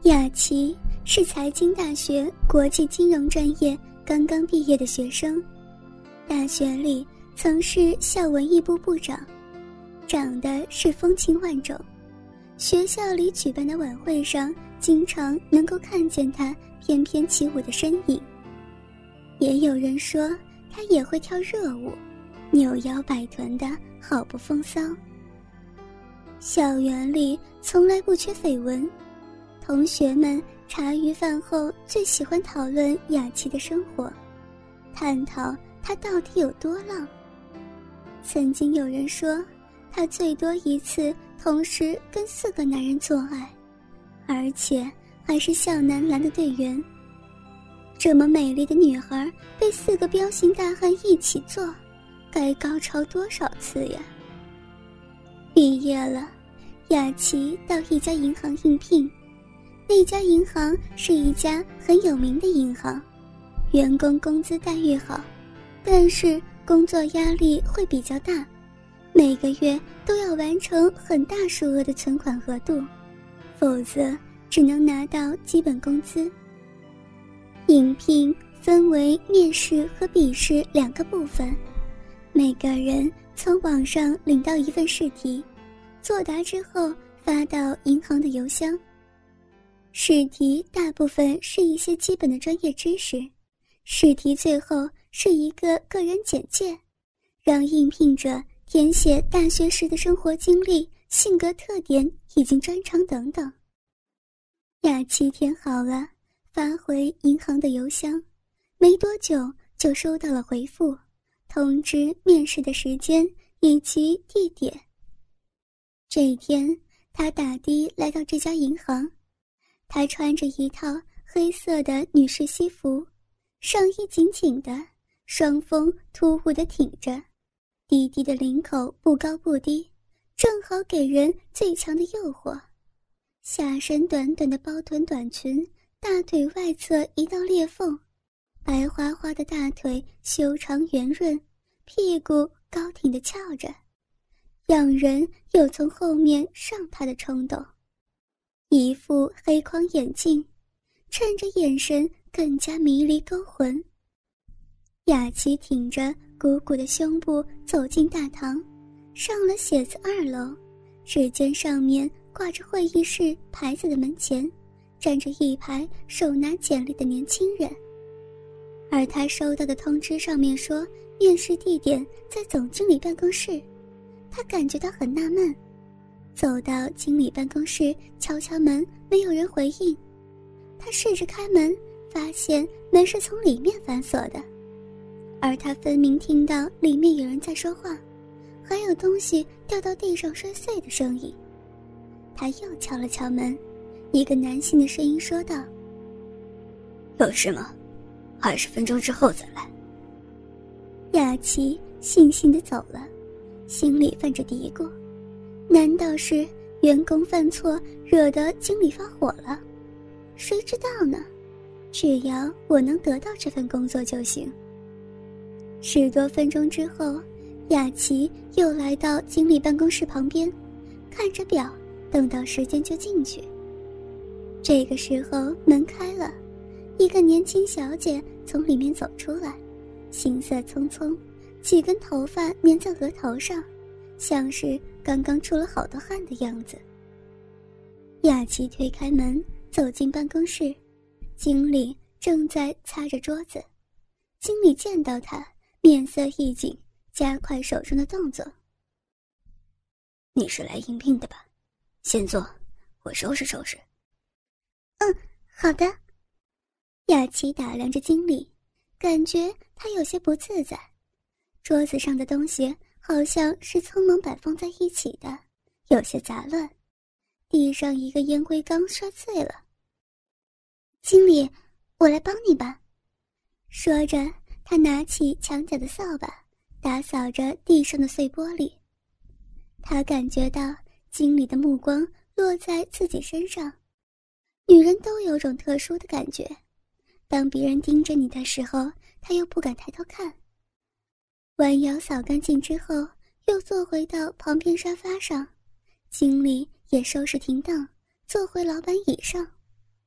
雅琪是财经大学国际金融专业刚刚毕业的学生，大学里曾是校文艺部部长，长得是风情万种，学校里举办的晚会上经常能够看见他翩翩起舞的身影。也有人说他也会跳热舞，扭腰摆臀的好不风骚。校园里从来不缺绯闻，同学们茶余饭后最喜欢讨论雅琪的生活，探讨她到底有多浪。曾经有人说她最多一次同时跟4个男人做爱，而且还是校男篮的队员。这么美丽的女孩被4个彪形大汉一起做，该高潮多少次呀？毕业了，雅琪到一家银行应聘。那家银行是一家很有名的银行，员工工资待遇好，但是工作压力会比较大，每个月都要完成很大数额的存款额度，否则只能拿到基本工资。应聘分为面试和笔试2个部分，每个人从网上领到一份试题，作答之后发到银行的邮箱。试题大部分是一些基本的专业知识，试题最后是一个个人简介，让应聘者填写大学时的生活经历、性格特点以及专长等等。雅琪填好了，发回银行的邮箱，没多久就收到了回复，通知面试的时间以及地点。这一天，他打的来到这家银行，他穿着一套黑色的女士西服，上衣紧紧的，双峰突兀地挺着，低低的领口不高不低，正好给人最强的诱惑。下身短短的包臀短裙，大腿外侧一道裂缝，白花花的大腿修长圆润，屁股高挺地翘着，让人有从后面上他的冲动。一副黑框眼镜，衬着眼神更加迷离勾魂。雅琪挺着鼓鼓的胸部走进大堂，上了写字2楼，只见上面挂着会议室牌子的门前站着一排手拿简历的年轻人，而他收到的通知上面说面试地点在总经理办公室。他感觉到很纳闷，走到经理办公室敲敲门，没有人回应。他试着开门，发现门是从里面反锁的，而他分明听到里面有人在说话，还有东西掉到地上摔碎的声音。他又敲了敲门，一个男性的声音说道： 有事吗？20分钟之后再来。 雅琪悻悻地走了，心里泛着嘀咕，难道是员工犯错惹得经理发火了？谁知道呢，只要我能得到这份工作就行。10多分钟之后，雅琪又来到经理办公室旁边，看着表，等到时间就进去。这个时候门开了，一个年轻小姐从里面走出来，行色匆匆，几根头发粘在额头上，像是刚刚出了好多汗的样子。雅琪推开门走进办公室，经理正在擦着桌子。经理见到他，面色一紧，加快手中的动作。 你是来应聘的吧？先坐，我收拾收拾。 好的。雅琪打量着经理，感觉他有些不自在。桌子上的东西好像是匆忙摆放在一起的，有些杂乱。地上一个烟灰缸摔碎了。经理，我来帮你吧。说着，他拿起墙角的扫把，打扫着地上的碎玻璃。他感觉到经理的目光落在自己身上。女人都有种特殊的感觉，当别人盯着你的时候，她又不敢抬头看。弯腰扫干净之后，又坐回到旁边沙发上。经理也收拾停当，坐回老板椅上。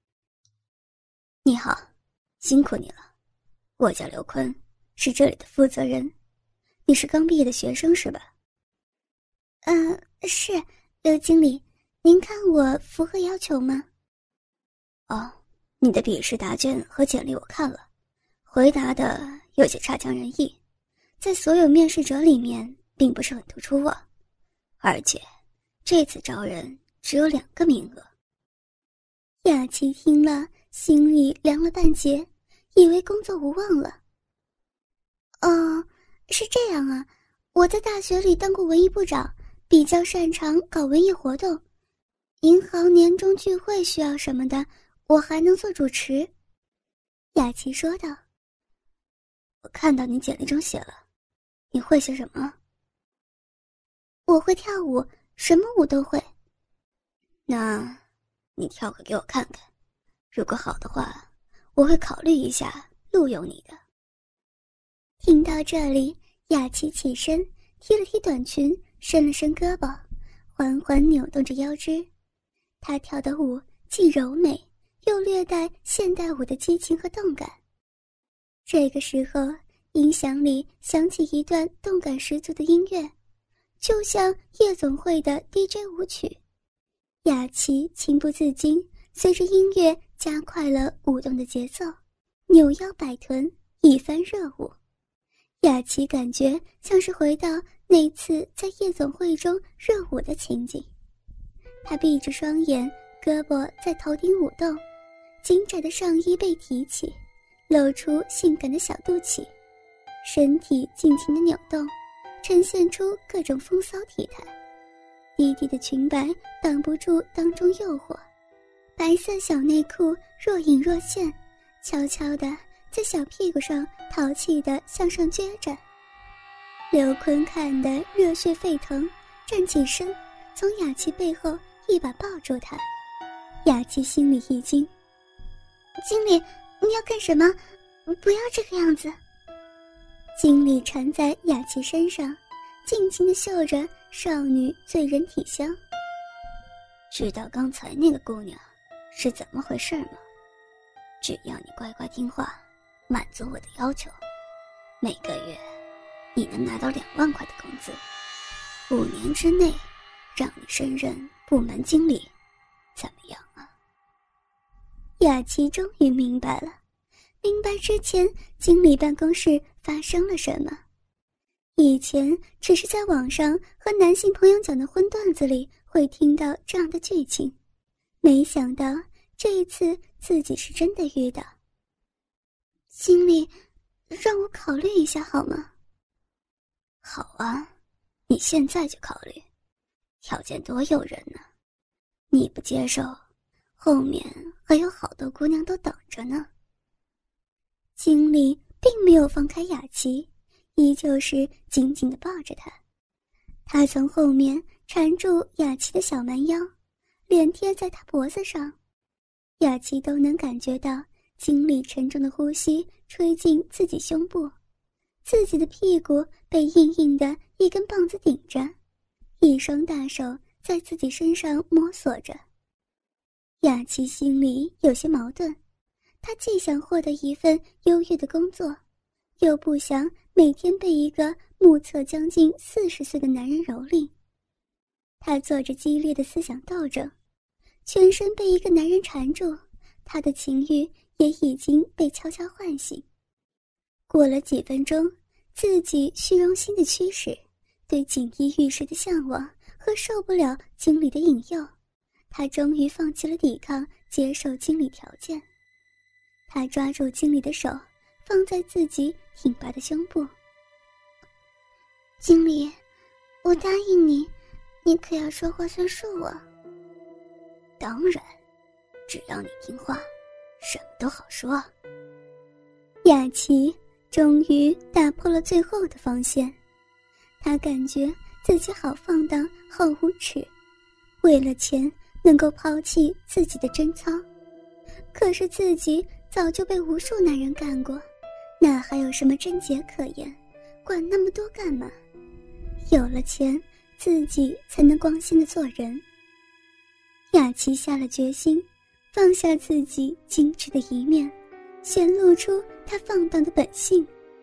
你好，辛苦你了。我叫刘坤，是这里的负责人。你是刚毕业的学生是吧？ 是，刘经理，您看我符合要求吗？ 哦，你的笔试答卷和简历我看了，回答的有些差强人意，在所有面试者里面并不是很突出啊。而且这次招人只有2个名额。 雅琪听了，心里凉了半截，以为工作无望了。哦，是这样啊，我在大学里当过文艺部长，比较擅长搞文艺活动，银行年终聚会需要什么的，我还能做主持。雅琪说道。 我看到你简历中写了，你会些什么？ 我会跳舞，什么舞都会。 那你跳个给我看看，如果好的话，我会考虑一下录用你的。 听到这里，雅琪起身，踢了踢短裙，伸了伸胳膊，缓缓扭动着腰肢。她跳的舞既柔美，又略带现代舞的激情和动感。这个时候，音响里响起一段动感十足的音乐，就像夜总会的 DJ 舞曲。雅琪情不自禁随着音乐加快了舞动的节奏，扭腰摆臀，一番热舞。雅琪感觉像是回到那次在夜总会中热舞的情景。她闭着双眼，胳膊在头顶舞动，紧窄的上衣被提起，露出性感的小肚脐，身体尽情的扭动，呈现出各种风骚体态。低低的裙摆挡不住当中诱惑，白色小内裤若隐若现，悄悄地在小屁股上淘气地向上撅着。刘坤看得热血沸腾，站起身，从雅琪背后一把抱住她。雅琪心里一惊，经理，你要干什么？不要这个样子。经理缠在雅琪身上，尽情地嗅着少女醉人体香。 知道刚才那个姑娘是怎么回事吗？只要你乖乖听话，满足我的要求，每个月你能拿到2万块的工资，5年之内让你升任部门经理，怎么样啊？ 雅琪终于明白了，明白之前经理办公室发生了什么。以前只是在网上和男性朋友讲的荤段子里会听到这样的剧情，没想到这一次自己是真的遇到。经理，让我考虑一下好吗？ 好啊，你现在就考虑，条件多诱人呢。你不接受，后面还有好多姑娘都等着呢。 经理并没有放开雅琪，依旧是紧紧地抱着她。他从后面缠住雅琪的小蛮腰，脸贴在她脖子上，雅琪都能感觉到经理沉重的呼吸吹进自己胸部，自己的屁股被硬硬的一根棒子顶着，一双大手在自己身上摸索着。雅琪心里有些矛盾，她既想获得一份优越的工作，又不想每天被一个目测将近40岁的男人蹂躏。她做着激烈的思想斗争，全身被一个男人缠住，她的情欲也已经被悄悄唤醒。过了几分钟，自己虚荣心的驱使，对锦衣玉食的向往和受不了经理的引诱，她终于放弃了抵抗，接受经理条件。她抓住经理的手，放在自己挺拔的胸部。经理，我答应你，你可要说话算数啊。 当然，只要你听话，什么都好说。 雅琪终于打破了最后的防线，她感觉自己好放荡，好无耻，为了钱能够抛弃自己的贞操。可是自己早就被无数男人干过，哪还有什么贞洁可言，管那么多干嘛？有了钱，自己才能光鲜的做人。雅琪下了决心， 放下自己矜持的一面，显露出他放荡的本性。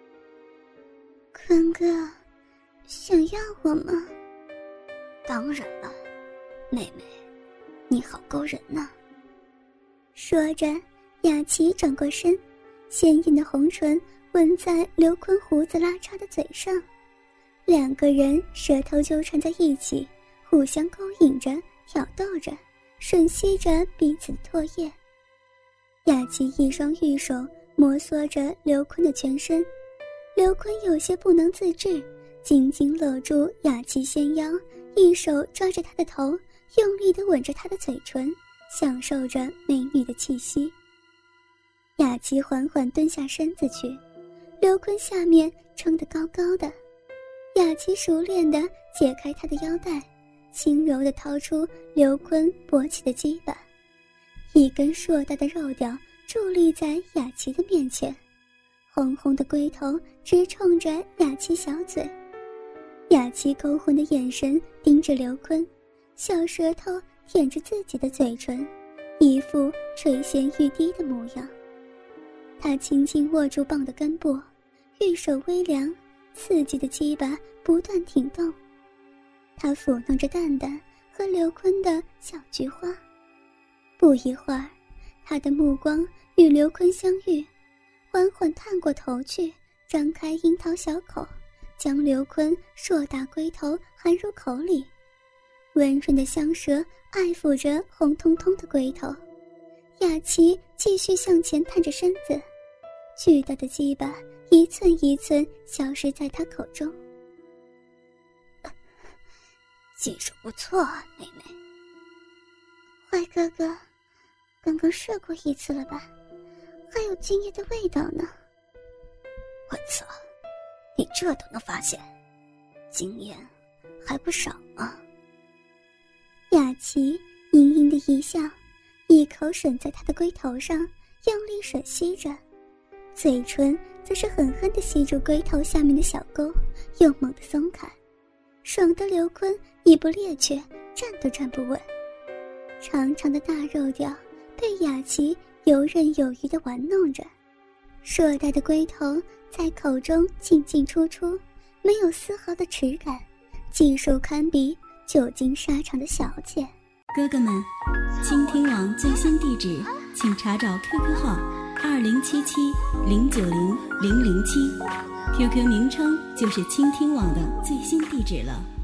坤哥，想要我吗？ 当然了，妹妹，你好勾人呐。 说着，雅琪转过身，鲜艳的红唇吻在刘坤胡子拉碴的嘴上，两个人舌头纠缠在一起，互相勾引着，挑逗着，吮吸着彼此的唾液。雅琪一双玉手摩挲着刘坤的全身，刘坤有些不能自制，紧紧搂住雅琪纤腰，一手抓着她的头，用力地吻着她的嘴唇，享受着美女的气息。雅琪缓缓蹲下身子去，刘坤下面撑得高高的，雅琪熟练地解开他的腰带，轻柔地掏出刘坤勃起的鸡巴，一根硕大的肉屌伫立在雅琪的面前，红红的龟头直冲着雅琪小嘴。雅琪勾魂的眼神盯着刘坤，小舌头舔着自己的嘴唇，一副垂涎欲滴的模样。他轻轻握住棒的根部，玉手微凉，刺激的鸡巴不断挺动。他抚弄着蛋蛋和刘坤的小菊花，不一会儿，他的目光与刘坤相遇，缓缓探过头去，张开樱桃小口，将刘坤硕大龟头含入口里，温润的香舌爱抚着红彤彤的龟头。雅琪继续向前探着身子，巨大的鸡巴一寸一寸消失在他口中。 技术不错啊，妹妹。 坏哥哥，刚刚射过一次了吧？还有精液的味道呢。 我操，你这都能发现，经验还不少吗？ 雅琪盈盈的一笑，一口吮在他的龟头上，用力吮吸着，嘴唇则是狠狠地吸住龟头下面的小沟，又猛地松开，爽得刘坤一不趔趄，站都站不稳。长长的大肉屌被雅琪游刃有余地玩弄着，硕大的龟头在口中进进出出，没有丝毫的耻感，技术堪比久经沙场的小姐。 哥哥们，倾听网最新地址请查找 QQ 号2077090007， QQ 名称就是倾听网的最新地址了。